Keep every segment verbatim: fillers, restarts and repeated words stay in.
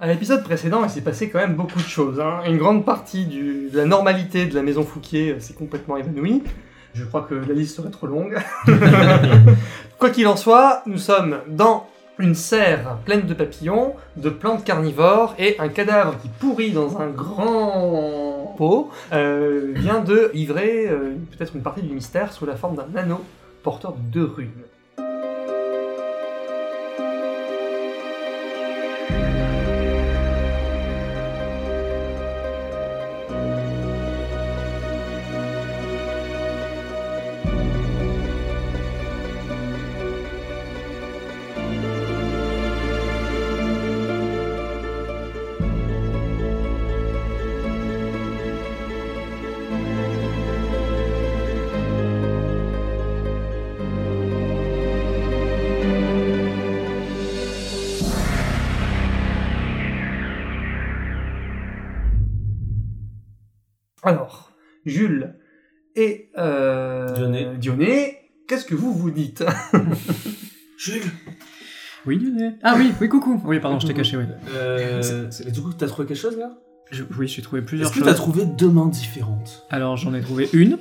À l'épisode précédent, il s'est passé quand même beaucoup de choses. Hein. Une grande partie du, de la normalité de la maison Fouquier s'est complètement évanouie. Je crois que la liste serait trop longue. Quoi qu'il en soit, nous sommes dans une serre pleine de papillons, de plantes carnivores et un cadavre qui pourrit dans un grand pot euh, vient de livrer euh, peut-être une partie du mystère sous la forme d'un anneau porteur de deux runes. Alors, Jules et euh, Dionée. Dionée, qu'est-ce que vous vous dites? Jules. Oui, Dionée. Ah oui, oui, coucou. Oui, pardon, je t'ai caché, oui. Euh, et du coup, t'as trouvé quelque chose là? Je, oui, j'ai trouvé plusieurs Est-ce que choses. t'as trouvé deux mains différentes? Alors, j'en ai trouvé une.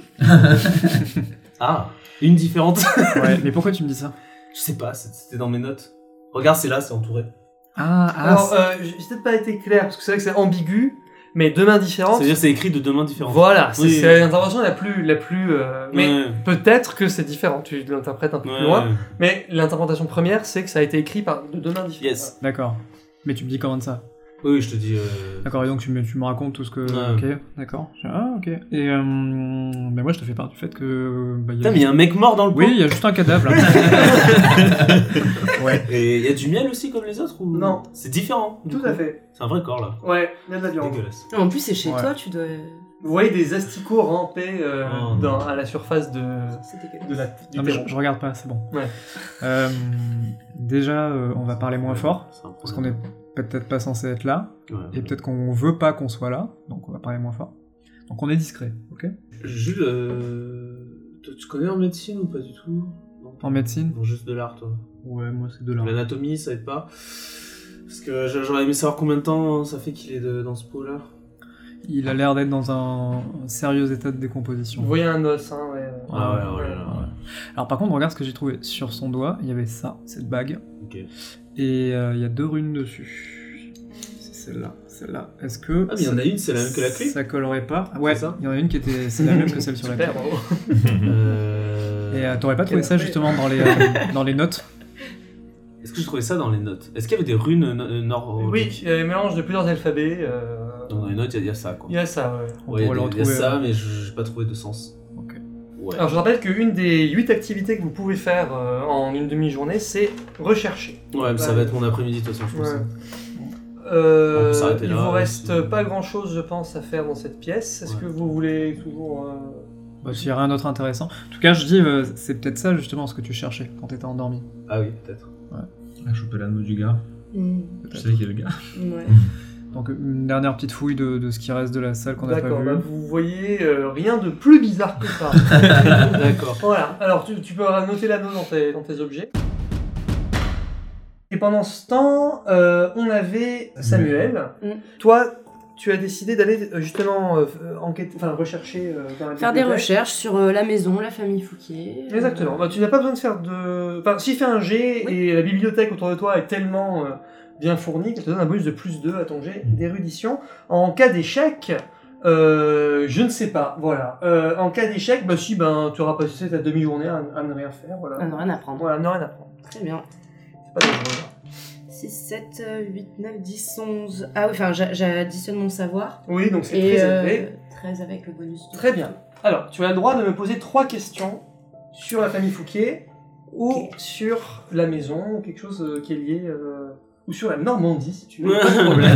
Ah, une différente. Ouais, mais pourquoi tu me dis ça? Je sais pas, c'était dans mes notes. Regarde, c'est là, c'est entouré. Ah, ah. Alors, euh, j'ai peut-être pas été clair, parce que c'est vrai que c'est ambigu, mais deux mains différentes. C'est-à-dire c'est écrit de deux mains différentes. Voilà, c'est Oui. c'est l'intervention la plus... La plus euh, mais Ouais. peut-être que c'est différent, tu l'interprètes un peu Ouais. plus loin, mais l'interprétation première, c'est que ça a été écrit par de deux mains différentes. Yes. D'accord. Mais tu me dis comment de ça? Oui, je te dis. Euh... D'accord, et donc tu me, tu me racontes tout ce que... Ouais. Ok, d'accord. Ah, ok. Et euh... ben moi, je te fais part du fait que... Bah, y a Putain, mais il y a un mec mort dans le pot. Oui, il y a juste un cadavre, là. Ouais. Et il y a du miel aussi comme les autres ou... Non. C'est différent. du Tout coup. à fait. C'est un vrai corps là. Ouais, il y a de la viande. Dégueulasse. En plus, c'est chez Ouais. toi, tu dois. Vous voyez des asticots rampés euh, Oh, dans, à la surface de, C'est dégueulasse. de la, du Non, mais je, terreau. je regarde pas, c'est bon. Ouais. Euh, déjà, euh, on va parler moins fort, C'est un problème. parce qu'on est peut-être pas censé être là, Ouais. et peut-être qu'on veut pas qu'on soit là, donc on va parler moins fort. Donc on est discret, ok? Jules, euh... toi, tu connais en médecine ou pas du tout? Non, En médecine? Non, juste de l'art, toi. Ouais, moi c'est de là. L'anatomie, ça aide pas. Parce que j'a- j'aurais aimé savoir combien de temps ça fait qu'il est de- dans ce pot-là. Il a l'air d'être dans un, un sérieux état de décomposition. Vous voyez un os, hein, ouais. Ah ouais, oh là là. Ouais. Alors par contre, regarde ce que j'ai trouvé. Sur son doigt, il y avait ça, cette bague, Ok. et euh, il y a deux runes dessus. C'est celle-là, celle-là. Est-ce que... Ah, mais il y en a une, c'est la même que la clé? Ça collerait pas? Ouais, C'est ça il y en a une qui était... C'est la même que celle sur la clé. Super, bravo. Euh... Et euh, t'aurais pas trouvé Quelle ça après- justement dans les, euh, dans les notes? Est-ce que je trouvais ça dans les notes? Est-ce qu'il y avait des runes euh, Oui, nordiques? il y a un mélange de plusieurs alphabets. Euh... Dans les notes, il y, a- il y a ça, quoi. Il y a ça, ouais. On Ouais, il y a, pourrait le des- il y a retrouver. ça, euh, mais je- j'ai pas trouvé de sens. Ok. Ouais. Alors je rappelle qu'une des huit activités que vous pouvez faire euh, en une demi-journée, c'est rechercher. Ouais, mais ça va être mon après-midi, de toute façon, je pense. Ouais. On Euh, peut s'arrêter il là, vous ouais, reste si- pas grand-chose, je pense, à faire dans cette pièce. Est-ce Ouais. que vous voulez toujours... euh, Bah, s'il y a rien d'autre intéressant. En tout cas, je dis, euh, c'est peut-être ça justement ce que tu cherchais quand t'étais endormi. Ah oui, peut-être. Ah, choper l'anneau du gars. Mm. Je sais qui est le gars. Ouais. Donc une dernière petite fouille de, de ce qui reste de la salle qu'on a pas D'accord, vu. bah, vous voyez euh, rien de plus bizarre que ça. D'accord. Voilà, alors tu, tu peux noter l'anneau dans tes, dans tes objets. Et pendant ce temps, euh, on avait Samuel. Mm. Toi, tu as décidé d'aller euh, justement euh, enquêter, enfin rechercher euh, dans la Faire des bibliothèque. recherches sur euh, la maison, la famille Fouquier. euh, Exactement. Bah, tu n'as pas besoin de faire de... Enfin, si tu fais un jet Oui. et la bibliothèque autour de toi est tellement euh, bien fournie qu'elle te donne un bonus de plus deux à ton jet d'érudition. En cas d'échec, euh, je ne sais pas. Voilà. Euh, en cas d'échec, bah si, ben, tu auras passé ta demi-journée à, à ne rien faire. Voilà. Ah, non, rien à prendre. Voilà, ne rien apprendre. Très bien. C'est pas dangereux. six, sept, huit, neuf, dix, onze. Ah oui, enfin, j'a- j'additionne mon savoir. Oui, donc c'est Et très euh, élevé. treize avec le bonus. de- Très bien. Alors, tu as le droit de me poser trois questions sur la famille Fouquier ou Ok. sur la maison, ou quelque chose euh, qui est lié... euh, ou sur la Normandie, si tu veux. Ouais. Pas de problème.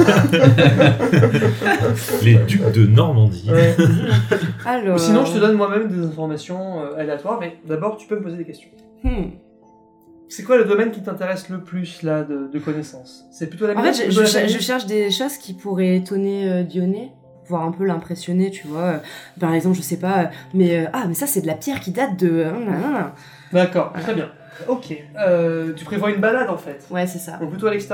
Les ducs de Normandie. Ouais. Alors. Ou sinon, je te donne moi-même des informations euh, aléatoires, mais d'abord, tu peux me poser des questions. Hmm. C'est quoi le domaine qui t'intéresse le plus, là, de, de connaissances? C'est plutôt la En maison, fait, je, plutôt je la cher- famille je cherche des choses qui pourraient étonner euh, Dionée, voire un peu l'impressionner, tu vois. Euh, Par exemple, je sais pas, euh, mais euh, ah, mais ça c'est de la pierre qui date de. euh, D'accord, très bien. Ok. Euh, tu prévois une balade, en fait. Ouais, c'est ça. Donc plutôt à l'extérieur.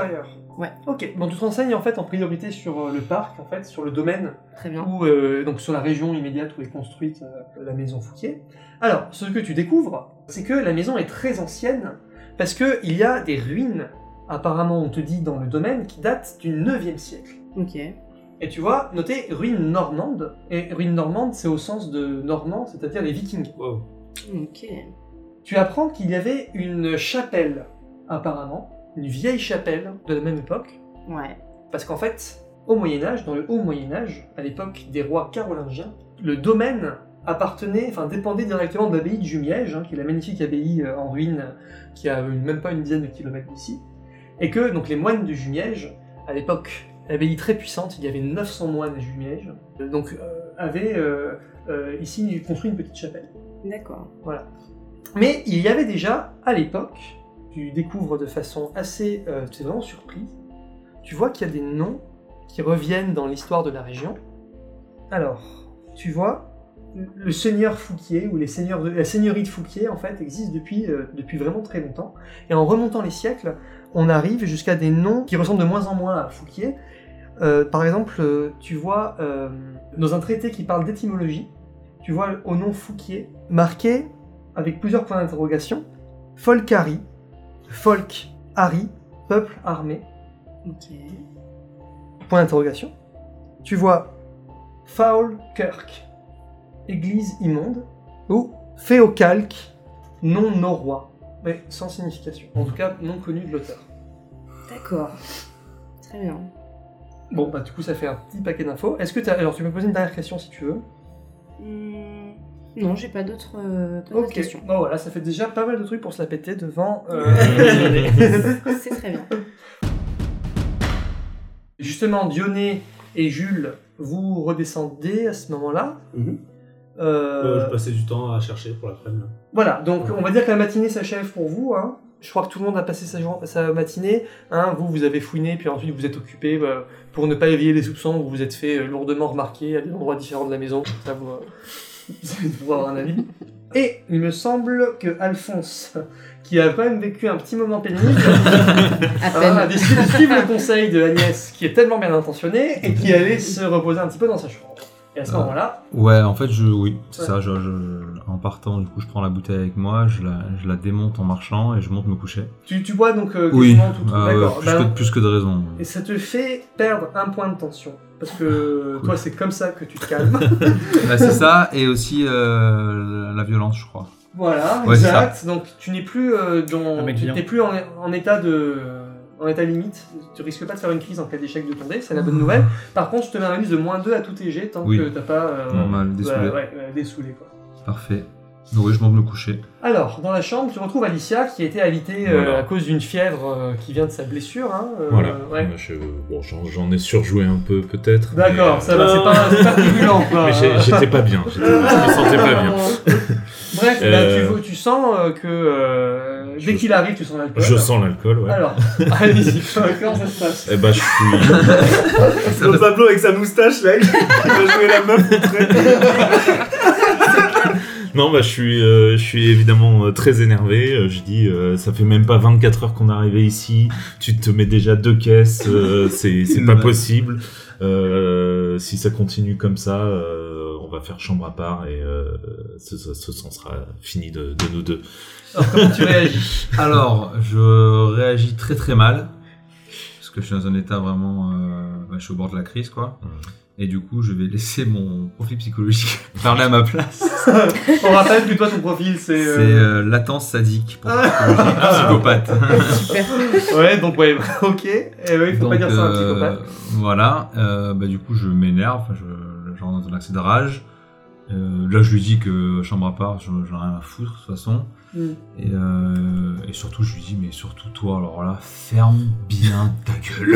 Ok, bon tu te renseignes en fait en priorité sur euh, le parc, en fait, sur le domaine, Très bien. ou euh, donc sur la région immédiate où est construite euh, la maison Fouquier. Alors, ce que tu découvres, c'est que la maison est très ancienne, parce qu'il y a des ruines, apparemment on te dit dans le domaine, qui datent du neuvième siècle. Ok. Et tu vois, notez ruines normandes, et ruines normandes c'est au sens de normand, c'est-à-dire les vikings. Wow. Ok. Tu apprends qu'il y avait une chapelle, apparemment, une vieille chapelle de la même époque, Ouais. parce qu'en fait, au Moyen-Âge, dans le haut Moyen-Âge, à l'époque des rois carolingiens, le domaine appartenait, enfin dépendait directement de l'abbaye de Jumièges, hein, qui est la magnifique abbaye euh, en ruine, qui a une- même pas une dizaine de kilomètres d'ici, et que donc les moines de Jumièges, à l'époque, l'abbaye très puissante, il y avait neuf cents moines à Jumièges, euh, donc euh, avaient euh, euh, ici construit une petite chapelle. D'accord. Mais il y avait déjà, à l'époque, tu découvres de façon assez, euh, tu es vraiment surprise, tu vois qu'il y a des noms qui reviennent dans l'histoire de la région. Alors, tu vois, le seigneur Fouquier, ou les seigneurs de, la seigneurie de Fouquier, en fait, existe depuis, euh, depuis vraiment très longtemps. Et en remontant les siècles, on arrive jusqu'à des noms qui ressemblent de moins en moins à Fouquier. Euh, par exemple, euh, tu vois, euh, dans un traité qui parle d'étymologie, tu vois au nom Fouquier marqué avec plusieurs points d'interrogation, Folkari, Folk, Ari, peuple armé, Ok. point d'interrogation. Tu vois Foul Kirk, église immonde, ou Féocalque, nom norrois, mais sans signification. En tout cas, non connu de l'auteur. D'accord. Très bien. Bon, bah du coup, ça fait un petit paquet d'infos. Est-ce que t'as... Alors, tu peux me poser une dernière question si tu veux. Hmm, Non, j'ai pas d'autres euh, pas d'autres Ok. questions. Bon, voilà, ça fait déjà pas mal de trucs pour se la péter devant... euh, C'est très bien. Justement, Dionée et Jules, vous redescendez à ce moment-là. Mhm. Euh, Euh, je passais du temps à chercher pour l'après-midi. Voilà, donc on va dire que la matinée s'achève pour vous. Hein. Je crois que tout le monde a passé sa, jour- sa matinée. Hein. Vous, vous avez fouiné, puis ensuite vous êtes occupé bah, pour ne pas éveiller les soupçons. Vous vous êtes fait euh, lourdement remarquer à des endroits différents de la maison. Ça, vous, euh, vous allez pouvoir avoir un avis. Et il me semble que Alphonse, qui a quand même vécu un petit moment pénible, À peine. hein, a décidé de suivre le conseil de Agnès, qui est tellement bien intentionnée, et qui allait se reposer un petit peu dans sa chambre. Et à ce Euh. moment-là, Ouais, en fait, je, oui, c'est Ouais. ça. Je, je- en partant, du coup, je prends la bouteille avec moi, je la, je la démonte en marchant et je monte me coucher. tu, tu bois donc euh, Oui, quasiment tout. ah ouais, D'accord. plus, Ben, que, plus que de raison. Et ça te fait perdre un point de tension. Parce que toi, c'est comme ça que tu te calmes. Bah, c'est ça, et aussi euh, la violence, je crois. Voilà, Ouais, c'est exact. Donc tu n'es plus euh, dans, Un mec tu bien. n'es plus en, en état de, en état limite. Tu risques pas de faire une crise en cas d'échec de ton dé, c'est la bonne nouvelle. Par contre, je te mets un malus de moins deux à tous tes jets tant Oui. que t'as pas euh, Normal, dessoulé. ouais, ouais, ouais, dessoulé, quoi. Parfait. Donc oui, je monte me coucher. Alors, dans la chambre, tu retrouves Alicia qui a été alitée euh, Voilà. à cause d'une fièvre euh, qui vient de sa blessure. Hein, euh, Voilà. ouais. Moi, je- bon, j'en, j'en ai surjoué un peu, peut-être. D'accord, mais, ça va, c'est pas, c'est pas virulent, quoi. mais j'ai- j'étais pas bien. J'étais, je me sentais pas bien. Bref, Euh, là, tu, tu sens euh, que euh, dès je- qu'il arrive, tu sens l'alcool. Je sens l'alcool, ouais. Alors, allez-y, comment ça se passe? Eh ben, je suis. Le Pablo avec sa moustache, là, il va jouer la meuf au trait. Non, bah, je suis, euh, je suis évidemment euh, très énervé. Euh, Je dis, euh, ça fait même pas vingt-quatre heures qu'on est arrivé ici. Tu te mets déjà deux caisses. euh, c'est, c'est pas Ouais. possible. Euh, si ça continue comme ça, euh, on va faire chambre à part et euh, ce, ce, ce s'en sera fini de, de nous deux. Alors, comment tu réagis? Alors, je réagis très très mal. Parce que je suis dans un état vraiment... Euh, bah, je suis au bord de la crise, quoi. Et du coup, je vais laisser mon profil psychologique parler à ma place. On rappelle que toi, ton profil, c'est... C'est euh, euh, latence sadique, pour psychologie, psychopathe. Super. Ouais, donc ouais, ok. Et ouais, il faut Donc, pas dire ça à un euh, psychopathe. Voilà, euh, bah, du coup je m'énerve, enfin, je, je rentre dans un accès de rage. Euh, là je lui dis que chambre à part, j'en j'en ai rien à foutre de toute façon. Mm. Et, euh, et surtout je lui dis, mais surtout toi, alors là, ferme bien ta gueule.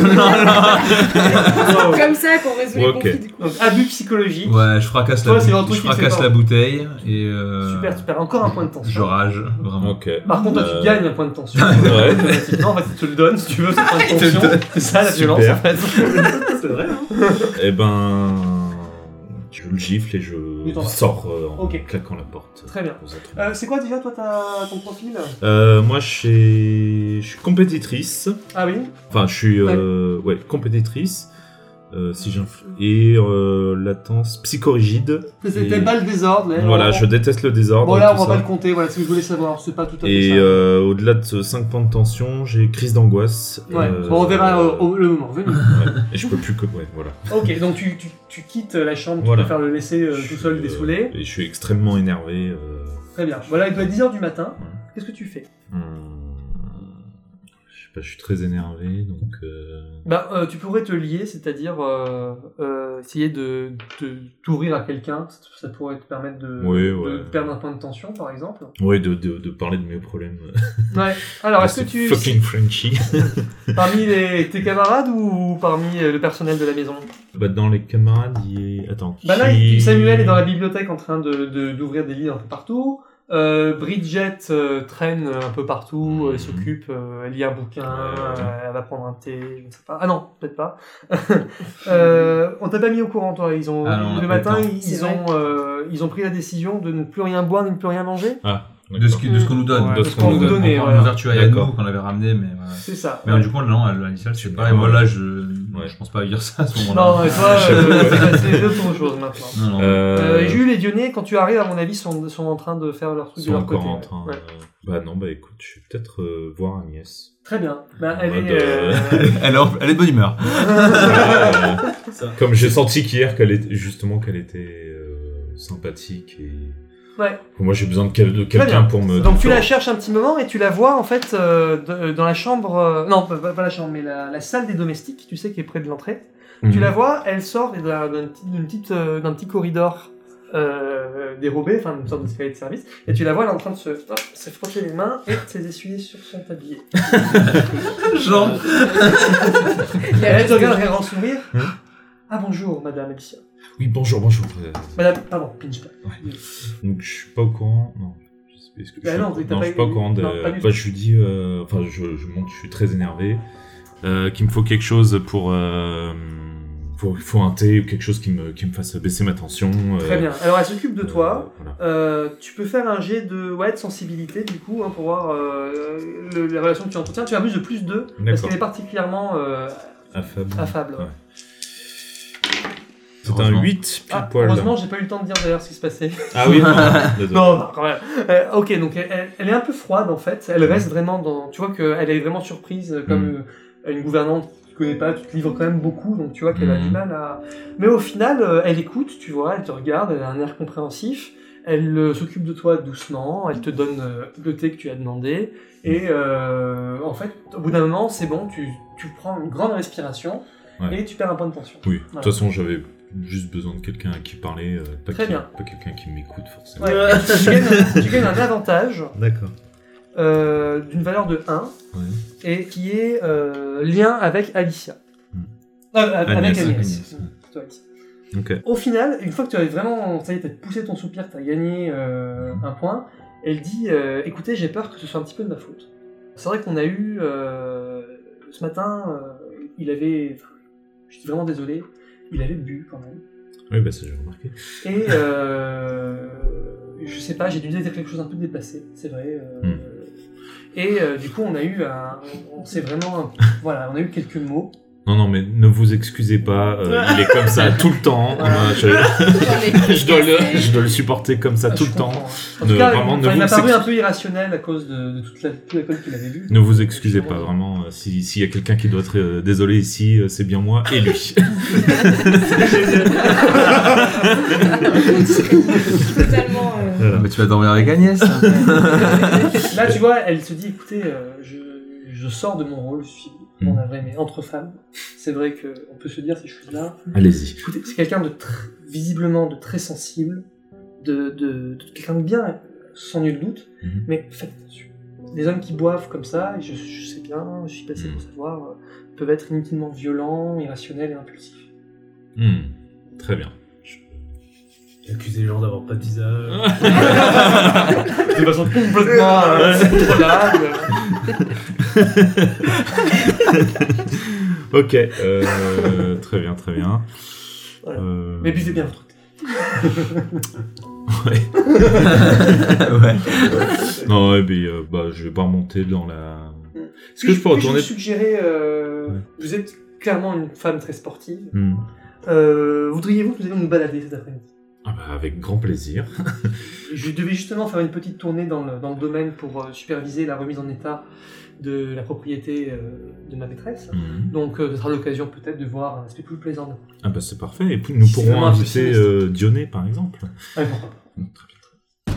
Wow. Comme ça qu'on résout Ok. les conflits du coup. Donc, abus psychologique. Ouais, je fracasse, Toi, la, c'est bou- vraiment le je truc qui te fracasse fait la peur. bouteille et... Euh, Super, tu perds encore un point de Je tension. rage, vraiment. Ok. Par contre, toi, Euh, tu gagnes un point de tension. Ouais. Non, en fait, tu te le donnes si tu veux, ce point de te le tension. donne. C'est ça, la Super. violence, en fait. C'est vrai, hein. Eh ben, Je le gifle et je Il t'en va. sors euh, en Ok. claquant la porte. Très bien. aux autres. Euh, c'est quoi déjà toi ta... ton profil? Euh, moi, je suis... je suis compétitrice. Ah oui. Enfin, je suis euh, ouais, compétitrice. Euh, si j'inf- et euh, latence psychorigide. C'était Et- pas le désordre. Là, Voilà, on- je déteste le désordre. Bon là et on tout va pas ça. le compter, voilà ce que je voulais savoir, c'est pas tout à fait Et ça. euh, au-delà de ce cinq points de tension, j'ai crise d'angoisse. Ouais, Euh, bon, on verra euh, au, le moment venu. ouais. Et je peux plus que. Ouais, voilà. Ok, donc tu, tu, tu quittes la chambre, Voilà. tu préfères le laisser euh, tout seul Euh, dessoulé. Et je suis extrêmement énervé. Euh... Très bien. Voilà, il doit être dix heures du matin. Ouais. Qu'est-ce que tu fais? hum, Je sais pas, je suis très énervé, donc. Euh... Bah, euh, tu pourrais te lier, c'est-à-dire euh, euh, essayer de, de t'ouvrir à quelqu'un. Ça, ça pourrait te permettre de, Oui, de ouais. perdre un point de tension, par exemple. Ouais, de, de, de parler de mes problèmes. Ouais. Alors, est-ce que C'est tu... Fucking Frenchy. Parmi les, tes camarades ou parmi euh, le personnel de la maison? Bah, dans les camarades, il est. Attends. Bah là, qui- Samuel est dans la bibliothèque en train de, de- d'ouvrir des livres un peu partout. Euh, Bridget euh, traîne un peu partout, Mhm. elle s'occupe, euh, elle lit un bouquin, Ouais. euh, elle va prendre un thé, je ne sais pas. Ah non, peut-être pas. euh, on t'a pas mis au courant, toi. Ils ont, Ah non, on a le pas le matin, temps. ils, C'est ils vrai. ont, euh, ils ont pris la décision de ne plus rien boire, ni ne plus rien manger. Ah, De ce, qui- de ce qu'on nous donne. Ouais, de ce qu'on nous donne. donnait, On prend voilà. nos vertuailles à nous D'accord. qu'on avait ramené, mais voilà. C'est ça. Mais ouais. du coup, non, Alicia, je sais pas. Et Ouais. moi, là, je, Ouais. je pense pas à dire ça à ce moment-là. Non, et toi, Je sais euh, pas. c'est c'est autre chose maintenant. Non, non. Euh, Euh, Jules et Dionée, quand tu arrives, à mon avis, sont, sont en train de faire leur truc Ils de sont leur encore côté. en train. Ouais. euh, Bah non, bah écoute, je vais peut-être euh, voir Agnès. Très bien. Bah, elle En mode, est. euh, euh, Elle est, en- elle est de bonne humeur. Euh, Comme j'ai senti qu'hier qu'elle était justement qu'elle était euh, sympathique et Ouais. moi j'ai besoin de, quel- de Très quelqu'un bien. pour me. Donc tu la cherches un petit moment et tu la vois en fait euh, de- dans la chambre, euh, non pas, pas la chambre mais la, la salle des domestiques, tu sais qui est près de l'entrée. Mhm. Tu la vois, elle sort d'un d'un petit, d'une petite, euh, d'un petit corridor euh, dérobé, enfin une sorte d'escalier de service, et tu la vois elle est en train de se, hop, se frotter les mains et de s'essuyer sur son tablier. Genre. Et elle te regarde avec un grand sourire. Mhm. Ah bonjour madame Alicia. Oui, bonjour, bonjour. euh, Madame, pardon, pinch pas. Donc je suis pas au courant. Non. Je sais pas, est-ce que Bah je, non, suis... t'as non, pas je suis pas au eu- courant de. non, pas du Enfin, je lui dis. euh, Enfin, je, je montre, je suis très énervé. Euh, qu'il me faut quelque chose pour. Euh... pour- Il faut un thé ou quelque chose qui me, qui me fasse baisser ma tension. euh, Très bien. Alors elle s'occupe de toi. euh, voilà. Euh, tu peux faire un jet de, ouais, de sensibilité du coup hein, pour voir euh, le- la relation que tu entretiens. Tu abuses de plus deux parce D'accord. qu'elle est particulièrement euh, Affable. affable. Ouais. C'est un Heureusement. huit pile Ah, poil. heureusement, j'ai pas eu le temps de dire d'ailleurs ce qui se passait. Ah oui, non, désolé. non, non, quand même. Euh, ok, donc elle, elle- elle est un peu froide en fait. Elle reste vraiment dans. Tu vois qu'elle est vraiment surprise, euh, comme Mm. euh, une gouvernante qui te connaît pas, tu te livres quand même beaucoup, donc tu vois qu'elle a Mm. du mal à. Mais au final, euh, elle écoute, tu vois, elle te regarde, elle a un air compréhensif. Elle euh, s'occupe de toi doucement, elle te donne euh, le thé que tu as demandé, et euh, en fait, au bout d'un moment, c'est bon, tu, tu prends une grande respiration, Ouais. et tu perds un point de tension. Oui, de Voilà. toute façon, j'avais juste besoin de quelqu'un à qui parler, euh, pas, Très qui- bien. pas quelqu'un qui m'écoute forcément. Ouais, tu, gagnes, tu gagnes un avantage D'accord. euh, d'une valeur de un, Ouais. et qui est euh, lien avec Alicia. Hmm. Euh, avec Agnès, Agnès. Agnès, ouais. Plutôt Alicia. Ok. Au final, une fois que tu as vraiment, ça y est, t'as poussé ton soupir, tu as gagné euh, un point, elle dit euh, écoutez, j'ai peur que ce soit un petit peu de ma faute. C'est vrai qu'on a eu, euh, ce matin, euh, il avait, enfin, je suis vraiment désolé, il avait bu quand même. Oui, bah ça j'ai remarqué. Et euh, je sais pas, j'ai dû dire quelque chose un peu déplacé, c'est vrai. euh, Hmm. Et euh, du coup, on a eu un, on s'est vraiment, voilà, on a eu quelques mots. Non, non, mais ne vous excusez pas, euh, il est comme ça tout le temps. Voilà. Moi, je, je dois le, je dois le supporter comme ça Ah, tout je le temps. comprends. En Ne- tout cas, vraiment, il, ne enfin, il vous m'a paru excuse- un peu irrationnel à cause de, de toute la, tout l'alcool qu'il avait bu. Ne vous excusez pas, vraiment. euh, si- S'il y a quelqu'un qui doit être euh, désolé ici, euh, c'est bien moi et lui. Totalement. euh, Voilà. Mais tu vas dormir avec Agnès. Là, tu vois, elle se dit, écoutez, euh, je, je sors de mon rôle, je suis Mm. on a vrai, mais entre femmes. C'est vrai qu'on peut se dire ces choses-là. Allez-y. Écoutez, c'est quelqu'un de tr- visiblement de très sensible, de, de, de quelqu'un de bien, sans nul doute, Mhm. mais faites attention. Les hommes qui boivent comme ça, et je, je sais bien, je suis passé pour savoir, euh, peuvent être inutilement violents, irrationnels et impulsifs. Hmm, Très bien. Accuser les gens d'avoir pas de visage. De façon complètement euh, contrôlable. Ok, euh, très bien, très bien. Voilà. Euh, Mais buvez bien votre thé. Ouais. Ouais. Non, ouais, mais euh, bah, je vais pas remonter dans la. Est-ce que Puis- je peux puis retourner vous suggérer, euh, Ouais. vous êtes clairement une femme très sportive. Hmm. Euh, voudriez-vous que nous allions nous balader cet après-midi? Ah bah, avec grand plaisir. Je devais justement faire une petite tournée dans le, dans le domaine pour euh, superviser la remise en état de la propriété euh, de ma maîtresse. Hmm. Donc, euh, ce sera l'occasion peut-être de voir un aspect plus plaisant. Ah bah c'est parfait. Et puis nous C'est pourrons vraiment un peu inviter sinistre. euh, Dionée par exemple. Ouais, pourquoi pas. Hmm, très bien.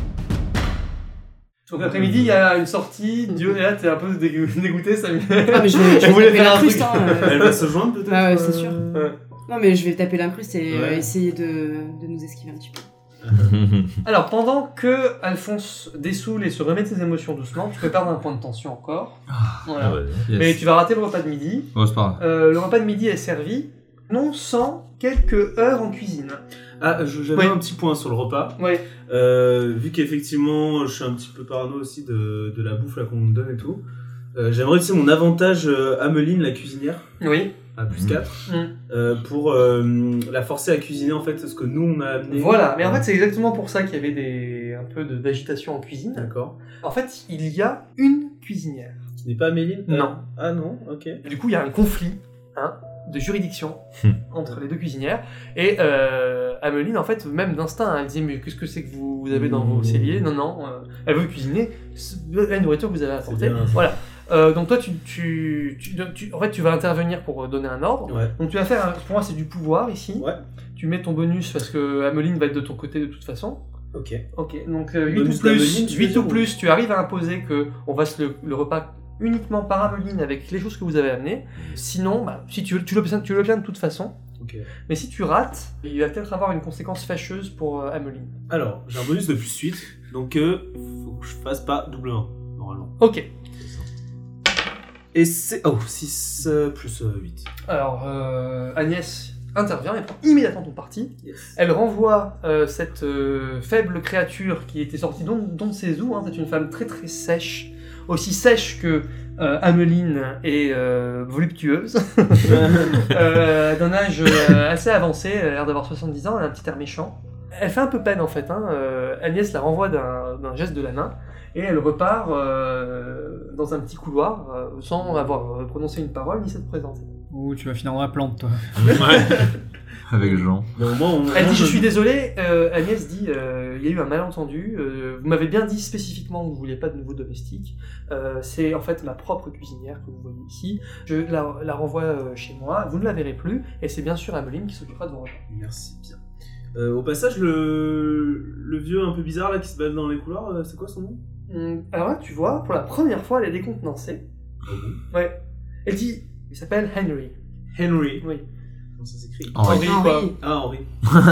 Donc, l'après-midi, il y a une sortie. Dieu, et là, t'es un peu dégo- dégoûté, ça me... Ah, mais je vais, je Elle vais voulait taper faire un l'incruste, truc. hein, euh. Elle va se joindre peut-être Ah ouais, c'est sûr. Ouais. Non, mais je vais taper l'incruste et euh, Ouais. essayer de, de nous esquiver un petit peu. Alors, pendant que Alphonse dessoule et se remet de ses émotions doucement, tu peux perdre un point de tension encore. Voilà. Ah bah, Yes. Mais tu vas rater le repas de midi. Oh, c'est pas grave. Euh, le repas de midi est servi, non sans quelques heures en cuisine. Ah, je- j'avais Oui. un petit point sur le repas. Ouais. Euh, vu qu'effectivement, je suis un petit peu parano aussi de, de la bouffe là qu'on me donne et tout. Euh, J'aimerais utiliser mon avantage euh, Ameline, la cuisinière, Oui. à plus Mhm. quatre, Mhm. euh, pour euh, la forcer à cuisiner en fait ce que nous on a amené. Voilà, mais en fait c'est exactement pour ça qu'il y avait des... un peu de- d'agitation en cuisine. D'accord. En fait, il y a une cuisinière. Ce n'est pas Améline Non. Ah non, ok. Du coup, il y a un conflit hein, de juridiction Hmm. entre les deux cuisinières. Et euh, Ameline, en fait, même d'instinct, hein, elle disait mais qu'est-ce que c'est que vous, vous avez dans vos celliers? Non, non, euh, elle veut cuisiner la nourriture que vous avez apportée. bien. Voilà. Euh, donc toi, tu, tu, tu, tu- en fait, tu vas intervenir pour donner un ordre. Ouais. Donc tu vas faire, un- pour moi, c'est du pouvoir ici. Ouais. Tu mets ton bonus parce que Ameline va être de ton côté de toute façon. Ok. Ok, donc euh, huit Bonus ou plus, d'Ameline, tu huit veux dire, ou ou- plus, tu arrives à imposer que on fasse le, le repas uniquement par Ameline avec les choses que vous avez amenées. Sinon, bah, si tu, tu l'obtiens tu l'obtiens de toute façon. Ok. Mais si tu rates, il va peut-être avoir une conséquence fâcheuse pour euh, Ameline. Alors, j'ai un bonus de plus huit, donc euh, faut que je fasse pas double un, normalement. Ok. Et c'est. Oh, six euh, plus euh, huit. Alors, euh, Agnès intervient et prend immédiatement ton parti. Yes. Elle renvoie euh, cette euh, faible créature qui était sortie d'on d'on de ses os. Hein. C'est une femme très très sèche, aussi sèche que euh, Ameline est euh, voluptueuse, euh, d'un âge euh, assez avancé. Elle a l'air d'avoir soixante-dix ans, elle a un petit air méchant. Elle fait un peu peine en fait. Hein. Euh, Agnès la renvoie d'un d'un geste de la main et elle repart euh, dans un petit couloir euh, sans avoir euh, prononcé une parole ni s'être présentée. Ouh, tu vas finir dans la plante, toi. Avec Jean. Mais au moins, on- Elle moi, dit je suis désolée, euh, Agnès dit euh, il y a eu un malentendu, euh, vous m'avez bien dit spécifiquement que vous vouliez pas de nouveaux domestiques, euh, c'est en fait ma propre cuisinière que vous voyez ici, je la, la renvoie euh, chez moi, vous ne la verrez plus, et c'est bien sûr Ameline qui s'occupera de vos repas. Merci bien. Euh, au passage, le... le vieux un peu bizarre là qui se balade dans les couloirs, euh, c'est quoi son nom? Hum, alors là tu vois, pour la première fois elle est décontenancée, ouais, elle dit, il s'appelle Henry, Henry. oui, Comment ça s'écrit? Henri. Henry, quoi. Henri. Ah, Henri.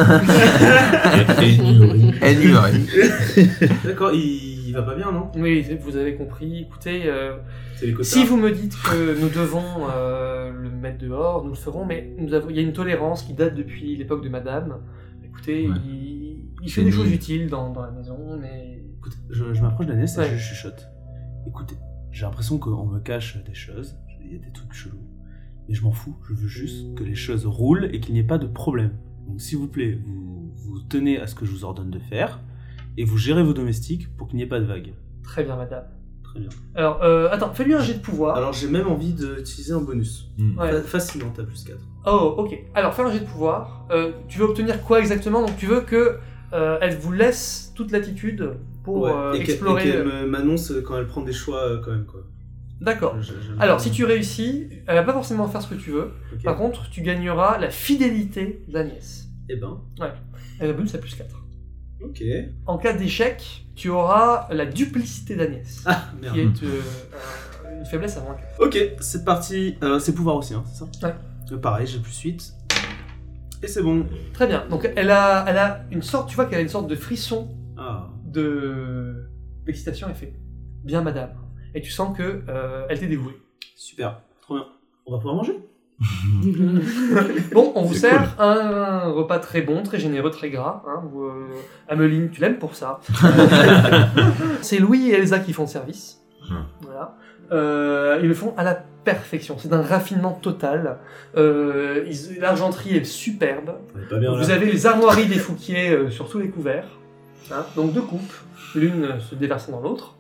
Et Nuri. Henry, Henry. D'accord, il... il va pas bien, non? Oui, vous avez compris, écoutez, euh, C'est les quotas. si vous me dites que nous devons euh, le mettre dehors, nous le ferons, mais nous avons, il y a une tolérance qui date depuis l'époque de Madame. Écoutez, Ouais. il, il C'est fait des nul. choses utiles dans, dans la maison, mais... Écoute, je, je m'approche d'Agnès et Ouais. je chuchote. Écoutez, j'ai l'impression qu'on me cache des choses, il y a des trucs chelous. Mais je m'en fous, je veux juste que les choses roulent et qu'il n'y ait pas de problème. Donc s'il vous plaît, vous, vous tenez à ce que je vous ordonne de faire, et vous gérez vos domestiques pour qu'il n'y ait pas de vagues. Très bien, Madame. Très bien. Alors, euh, attends, fais-lui un jet de pouvoir. Alors j'ai même envie d'utiliser un bonus. Mm. Ouais. Fa- Facilement, t'as plus quatre. Oh, ok. Alors, fais un jet de pouvoir. Euh, tu veux obtenir quoi exactement? Donc, tu veux que euh, elle vous laisse toute latitude pour Ouais, euh, et qu'elle- explorer... et qu'elle me- m'annonce quand elle prend des choix euh, quand même, quoi. D'accord. Je- je- Alors, si tu réussis, elle va pas forcément faire ce que tu veux. Ok. Par contre, tu gagneras la fidélité d'Agnès. Eh ben, Elle a bonus à plus quatre. ok. En cas d'échec, tu auras la duplicité d'Agnès, Ah, qui merde. est euh, une faiblesse à moins que. Ok, c'est parti. Euh, c'est pouvoir aussi, hein, c'est ça? Ouais. Euh, pareil, j'ai plus huit. Et c'est bon. Très bien. Donc elle a, elle a une sorte, tu vois qu'elle a une sorte de frisson Ah. de d'excitation. Elle fait bien, Madame. Et tu sens que euh, elle t'est dévouée. Super, trop bien. On va pouvoir manger? Bon, on vous C'est sert un repas très bon, très généreux, très gras. Hein, où, euh, Ameline, tu l'aimes pour ça. C'est Louis et Elsa qui font le service. Hum. Voilà. Euh, ils le font à la perfection, c'est d'un raffinement total. Euh, ils- L'argenterie est superbe. On est pas bien Vous là. avez les armoiries des Fouquier euh, sur tous les couverts. Hein, donc deux coupes, l'une euh, se déversant dans l'autre.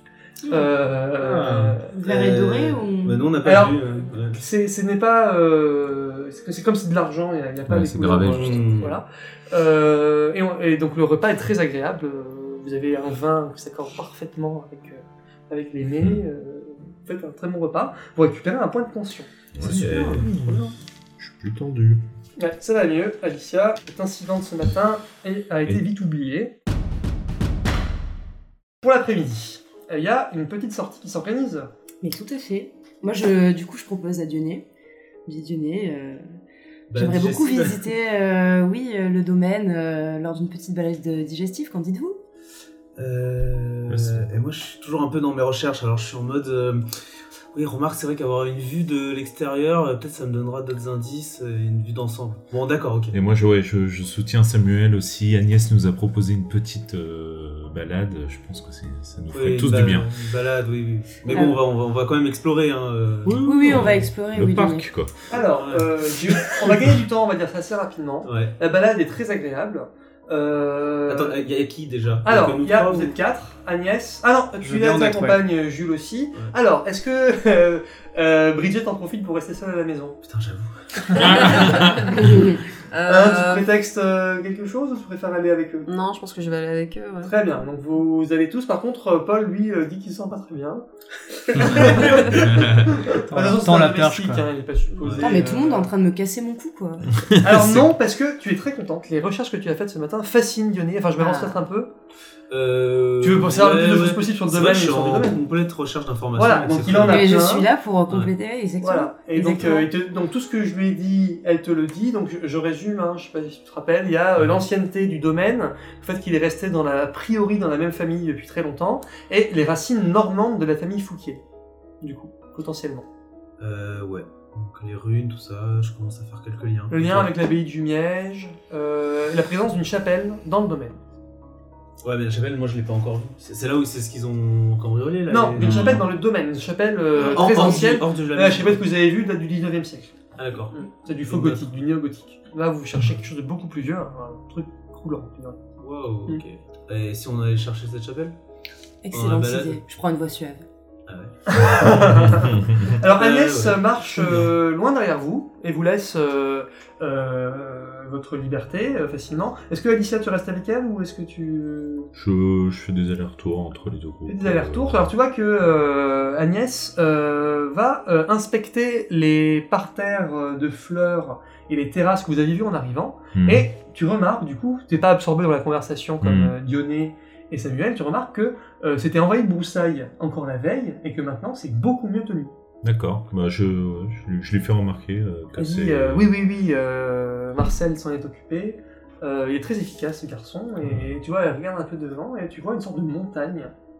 Euh, Vert et doré ou... Bah, nous on n'a pas Alors, vu. euh, ouais. c'est, ce n'est pas... euh, c'est c'est comme c'est de l'argent, il n'y a, il y a pas Ouais, les c'est couleurs, gravé, euh, juste. voilà. Euh, et, on- et donc le repas est très agréable. euh, Vous avez un vin qui s'accorde parfaitement avec, euh, avec les mets. Mm. euh, vous faites un très bon repas. Vous récupérez un point de tension. Ouais, super. Je suis plus tendu. Ouais, ça va mieux. Alicia, cet incident de ce matin est- a été Et- vite oublié. Pour l'après-midi, il y a une petite sortie qui s'organise. Mais tout à fait. Moi, je, du coup, je propose à Dionée. Dis Dionée, euh, Bah, j'aimerais beaucoup digestive. visiter, euh, oui, euh, le domaine euh, lors d'une petite balade de- digestive. Qu'en dites-vous? Euh, Ouais, c'est- et moi, je suis toujours un peu dans mes recherches. Alors, je suis en mode. euh, oui, remarque, c'est vrai qu'avoir une vue de l'extérieur, euh, peut-être ça me donnera d'autres indices, euh, une vue d'ensemble. Bon, d'accord, ok. Et moi, je, ouais, je, je soutiens Samuel aussi. Agnès nous a proposé une petite euh, balade. Je pense que c'est- ça nous ferait Oui, tous une du ba- bien. Une balade, oui, oui. Mais Ah. bon, on va, on, va, on va quand même explorer. Hein, euh. Oui, oui, on va explorer. Le oui, parc, Dionée. quoi. Alors, euh, j'ai- on va gagner du temps, on va dire ça assez rapidement. Ouais. La balade est très agréable. Euh, Attends, il y a qui déjà? Alors, que nous il y a, trois, vous ou- êtes quatre, Agnès. Ah non, Je tu veux bien as en ta être, compagne Jules aussi. Alors, est-ce que euh, euh, Bridget en profite pour rester seule à la maison? Putain, j'avoue. Hein, tu Euh, prétextes euh, quelque chose ou tu préfères aller avec eux? Non, je pense que je vais aller avec eux. Ouais. Très bien, donc vous, vous allez tous. Par contre, euh, Paul, lui, euh, dit qu'il se sent pas très bien. Tant, Ah, non, c'est tant un la perche, domestique, quoi. hein, il est pas supposé. Attends, mais tout le monde est euh, en train de me casser mon cou, quoi. Alors non, parce que tu es très contente. Les recherches que tu as faites ce matin fascinent Dionée. Enfin, je m'avance Ah. peut-être un peu. Euh... Tu veux penser à le plus de ouais, choses ouais. possible sur le C'est domaine vrai, et je suis sur le en domaine. complète recherche d'informations. Voilà, donc donc c'est il très en a bien. Et je plein. suis là pour euh, compléter, exactement. Voilà. Et donc, Exactement. euh, il te- donc tout ce que je lui ai dit, elle te le dit. Donc je, je résume, hein, je sais pas si tu te rappelles, il y a euh, l'ancienneté du domaine, le fait qu'il est resté dans la a priori dans la même famille depuis très longtemps, et les racines normandes de la famille Fouquier, du coup, potentiellement. Euh, ouais. Donc les runes, tout ça, je commence à faire quelques liens. Le lien Ok. avec l'abbaye du Miège, euh, et la présence d'une chapelle dans le domaine. Ouais, mais la chapelle, moi je l'ai pas encore vue. C'est c'est là où c'est ce qu'ils ont cambriolé là. Non, les- une chapelle dans le domaine, une chapelle euh, Hors- très hors du- ancienne. hors de la La chapelle que vous avez vue date du dix-neuvième siècle. Ah, d'accord. C'est du faux gothique, du néo-gothique. Là, vous cherchez quelque chose de beaucoup plus vieux, un truc coulant. finalement. Wow, Mm. ok. Et si on allait chercher cette chapelle? Excellente Dans la balade. idée. Je prends une voie suave. Ah ouais. Alors Euh, Agnès ouais. marche euh, loin derrière vous et vous laisse euh, euh, votre liberté euh, facilement. Est-ce que Alicia, tu restes avec elle ou est-ce que tu Je, je fais des allers-retours entre les deux groupes. fais des allers-retours? Alors tu vois que euh, Agnès euh, va euh, inspecter les parterres euh, de fleurs et les terrasses que vous aviez vues en arrivant. Hmm. Et tu remarques, du coup, t'es pas absorbé dans la conversation comme Mm. euh, Dionée et Samuel, tu remarques que euh, c'était envahi de broussailles encore la veille et que maintenant c'est beaucoup mieux tenu. D'accord. Bah, je, ouais, je, lui- je lui fais remarquer euh, que Elle dit c'est. euh, oui, oui, oui, euh, Marcel s'en est occupé. Euh, il est très efficace ce garçon. Et tu vois, elle regarde un peu devant et tu vois une sorte de montagne.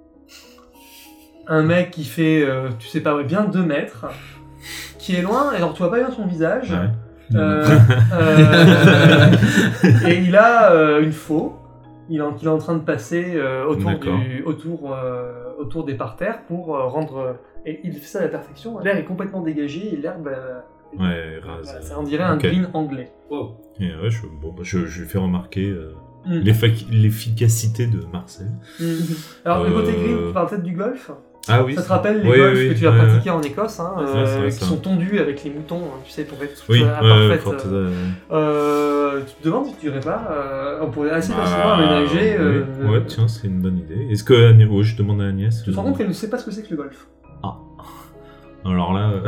Un mec qui fait, euh, tu sais pas, ouais, bien deux mètres, qui est loin, et alors tu vois pas bien son visage. Ouais. Euh, euh, et il a euh, une faux, il est, en, qu'il est en train de passer euh, autour, D'accord. du, autour, euh, autour des parterres pour euh, rendre. Et il fait ça à la perfection. L'air est complètement dégagé et l'herbe. euh, Ouais, rase. voilà, ça, on dirait un Ok. green anglais. Wow. Et ouais, je, bon, bah, je, je lui fais remarquer euh, Mm. l'effac- l'efficacité de Marcel. Alors, le côté Euh, green, tu parles peut-être du golf. Ah oui. Ça te c'est- rappelle les Oui, golfs oui, que tu as ouais, pratiqués en Écosse, hein, Ouais, c'est euh, vrai, c'est vrai, qui ça. sont tondus avec les moutons, hein, tu sais, pour être Oui, euh, ouais, parfaite. quand, euh, euh, euh, tu te demandes si tu irais pas, euh, on pourrait assez facilement ah, aménager. oui. euh, Ouais, tiens, c'est une bonne idée. Est-ce que Agnès- ouais, je demande à Agnès. Tu te rends euh, compte qu'elle ne sait pas ce que c'est que le golf. Alors là, euh,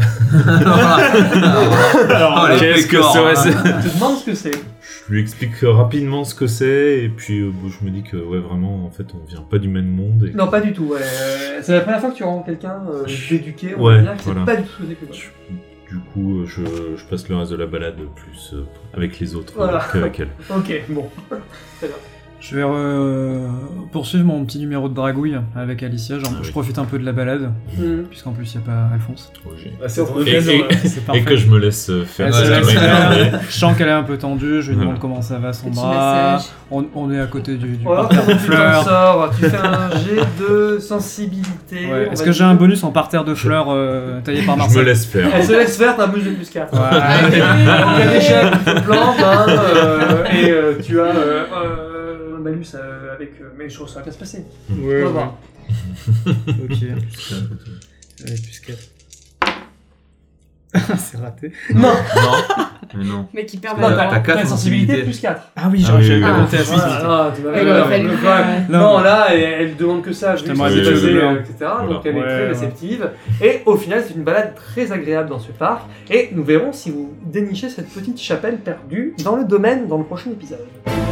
Alors, les qu'est-ce que pécores, serait hein. ce- Tu te demandes ce que c'est. Je lui explique rapidement ce que c'est et puis euh, bon, je me dis que ouais vraiment en fait on vient pas du même monde. Et Non, pas du tout. Ouais. Euh, C'est la première fois que tu rencontres quelqu'un euh, Je- d'éduqué, on ouais, va dire, qui voilà. sait pas du tout ce que c'est que le golf. je- du coup, euh, je, je passe le reste de la balade plus euh, avec les autres Voilà. euh, qu'avec elle. Ok, bon. Très bien. Je vais euh, poursuivre mon petit numéro de dragouille avec Alicia. Genre, Ah je oui. profite un peu de la balade, Mhm. puisqu'en plus il n'y a pas Alphonse. Oh, j'ai- Bah, c'est ton Et- occasion. et- là. C'est Et parfait. que je me laisse euh, faire Elle ce se qui laisse m'a faire. énervé. Je sens qu'elle est un peu tendue, je lui demande Voilà. comment ça va son Petit bras. massage. On, on est à côté du, du Voilà, parterre de comment tu t'en fleurs. sors? Tu fais un jet de sensibilité. Ouais. on Est-ce va que j'ai dire. un bonus en parterre de fleurs euh, taillé par Je Marcel me laisse faire. Elle se laisse faire, t'as un bonus de plus quatre. Ouais. Donc il y a des chèques, tu te plantes, hein, euh, et euh, tu as euh, euh, un malus euh, avec. euh, mais je trouve que ça va bien se passer. Ouais, On va ouais. voir. Ok. Allez, plus quatre. C'est raté. Non, Non. Mais non. Mais qui perd non, T'as- t'as t'as quatre t'as sensibilité sensibilités. plus quatre. Ah oui, Ah j'aurais oui, j'avais oui, pas oui. compté à Voilà, suicide. ah, tu vas- Il voilà, aurait fallu donc, faire, ouais. ouais. Non. Non, là, elle, elle demande que ça, Je juste t'aimerais se bien passer, jouer, euh, hein. et cetera. Voilà. Donc elle est Ouais, très ouais. réceptive. Et au final, c'est une balade très agréable dans ce parc. Et nous verrons si vous dénichez cette petite chapelle perdue dans le domaine dans le prochain épisode.